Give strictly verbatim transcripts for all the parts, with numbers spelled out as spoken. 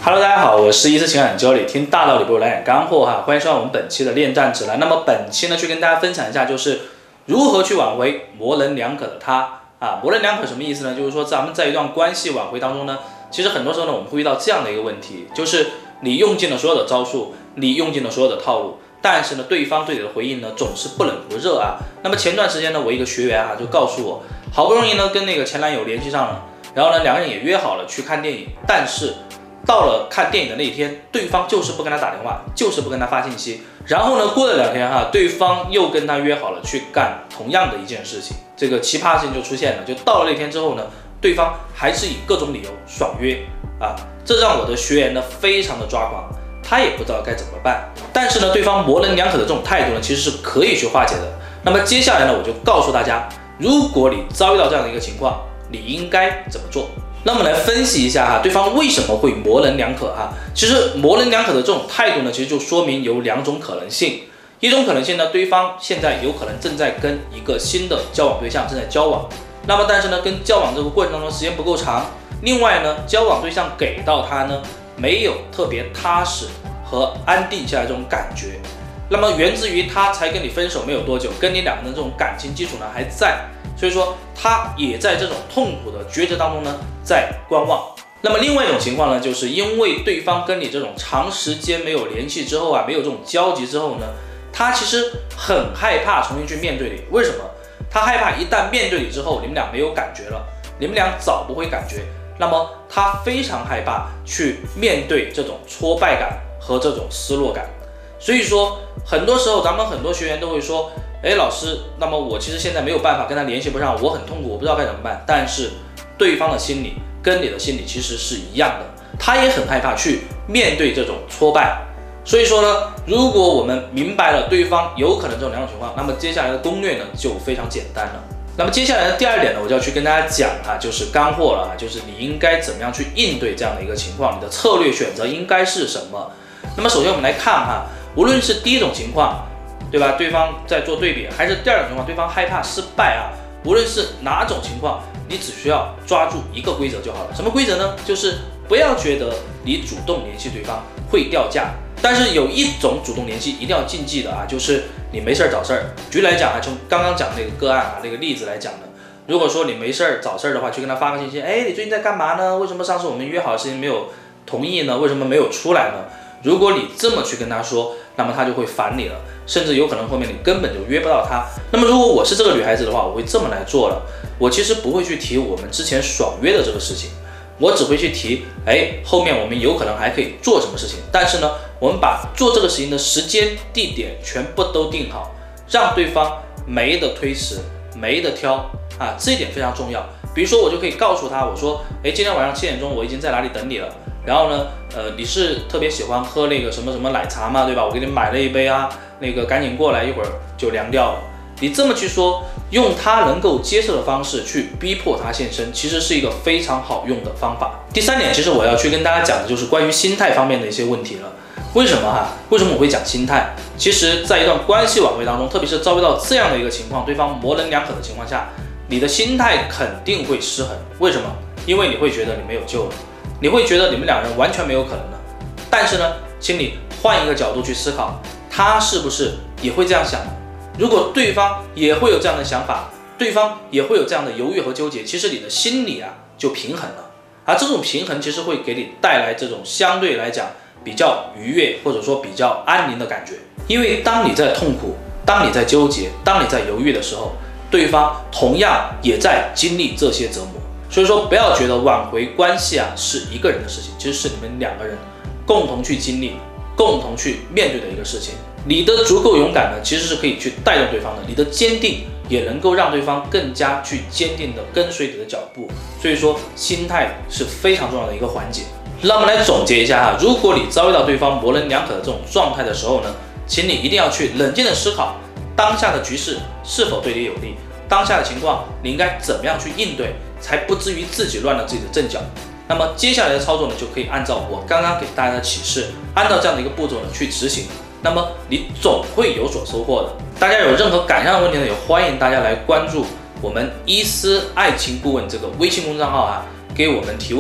Hello， 大家好，我是一次情感教理，听大道理不如来点干货哈，欢迎收看我们本期的恋战指南。那么本期呢，去跟大家分享一下，就是如何去挽回模棱两可的他啊。模棱两可什么意思呢？就是说咱们在一段关系挽回当中呢，其实很多时候呢，我们会遇到这样的一个问题，就是你用尽了所有的招数，你用尽了所有的套路，但是呢，对方对你的回应呢，总是不冷不热啊。那么前段时间呢，我一个学员啊，就告诉我，好不容易呢跟那个前男友联系上了，然后呢两个人也约好了去看电影，但是到了看电影的那一天，对方就是不跟他打电话，就是不跟他发信息。然后呢，过了两天哈，对方又跟他约好了去干同样的一件事情。这个奇葩事情就出现了，就到了那天之后呢，对方还是以各种理由爽约啊，这让我的学员呢非常的抓狂，他也不知道该怎么办。但是呢，对方模棱两可的这种态度呢，其实是可以去化解的。那么接下来呢，我就告诉大家，如果你遭遇到这样的一个情况，你应该怎么做？那么来分析一下哈，对方为什么会模棱两可哈？其实模棱两可的这种态度呢，其实就说明有两种可能性。一种可能性呢，对方现在有可能正在跟一个新的交往对象正在交往，那么但是呢，跟交往这个过程当中时间不够长。另外呢，交往对象给到他呢，没有特别踏实和安定下来这种感觉。那么源自于他才跟你分手没有多久，跟你两个人的这种感情基础呢还在。所以说他也在这种痛苦的抉择当中呢，在观望。那么另外一种情况呢，就是因为对方跟你这种长时间没有联系之后啊，没有这种交集之后呢，他其实很害怕重新去面对你。为什么？他害怕一旦面对你之后，你们俩没有感觉了，你们俩找不回感觉，那么他非常害怕去面对这种挫败感和这种失落感。所以说很多时候咱们很多学员都会说，哎，老师，那么我其实现在没有办法跟他联系不上，我很痛苦，我不知道该怎么办。但是对方的心理跟你的心理其实是一样的，他也很害怕去面对这种挫败。所以说呢，如果我们明白了对方有可能这种两种情况，那么接下来的攻略呢就非常简单了。那么接下来的第二点呢，我就要去跟大家讲啊，就是干货了啊，就是你应该怎么样去应对这样的一个情况，你的策略选择应该是什么。那么首先我们来看哈，无论是第一种情况，对吧？对方在做对比，还是第二种情况，对方害怕失败啊。无论是哪种情况，你只需要抓住一个规则就好了。什么规则呢？就是不要觉得你主动联系对方会掉价，但是有一种主动联系一定要禁忌的啊，就是你没事找事儿。举例来讲啊，从刚刚讲那个个案啊，那个例子来讲呢，如果说你没事找事儿的话，去跟他发个信息，哎，你最近在干嘛呢？为什么上次我们约好的事情没有同意呢？为什么没有出来呢？如果你这么去跟他说，那么他就会烦你了，甚至有可能后面你根本就约不到他。那么如果我是这个女孩子的话，我会这么来做了。我其实不会去提我们之前爽约的这个事情，我只会去提，哎，后面我们有可能还可以做什么事情。但是呢，我们把做这个事情的时间、地点全部都定好，让对方没得推迟，没得挑啊，这一点非常重要。比如说，我就可以告诉他，我说，哎，今天晚上七点钟我已经在哪里等你了。然后呢，呃，你是特别喜欢喝那个什么什么奶茶嘛，对吧？我给你买了一杯啊，那个赶紧过来，一会儿就凉掉了。你这么去说，用他能够接受的方式去逼迫他现身，其实是一个非常好用的方法。第三点，其实我要去跟大家讲的就是关于心态方面的一些问题了。为什么哈？为什么我会讲心态？其实，在一段关系挽回当中，特别是遭遇到这样的一个情况，对方模棱两可的情况下，你的心态肯定会失衡。为什么？因为你会觉得你没有救了。你会觉得你们两人完全没有可能了，但是呢，请你换一个角度去思考，他是不是也会这样想？如果对方也会有这样的想法，对方也会有这样的犹豫和纠结，其实你的心理啊就平衡了，而这种平衡其实会给你带来这种相对来讲比较愉悦或者说比较安宁的感觉。因为当你在痛苦，当你在纠结，当你在犹豫的时候，对方同样也在经历这些折磨。所以说，不要觉得挽回关系啊是一个人的事情，其实是你们两个人共同去经历、共同去面对的一个事情。你的足够勇敢呢，其实是可以去带动对方的；你的坚定也能够让对方更加去坚定的跟随你的脚步。所以说，心态是非常重要的一个环节。让我们来总结一下哈，如果你遭遇到对方模棱两可的这种状态的时候呢，请你一定要去冷静的思考当下的局势是否对你有利，当下的情况你应该怎么样去应对，才不至于自己乱了自己的阵脚。那么接下来的操作呢，就可以按照我刚刚给大家的启示，按照这样的一个步骤呢去执行，那么你总会有所收获的。大家有任何感想的问题呢，也欢迎大家来关注我们伊思爱情顾问这个微信公众号啊，给我们提问。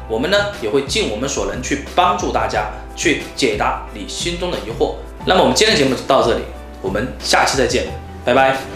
我们呢也会尽我们所能去帮助大家去解答你心中的疑惑。那么我们今天的节目就到这里，我们下期再见，拜拜。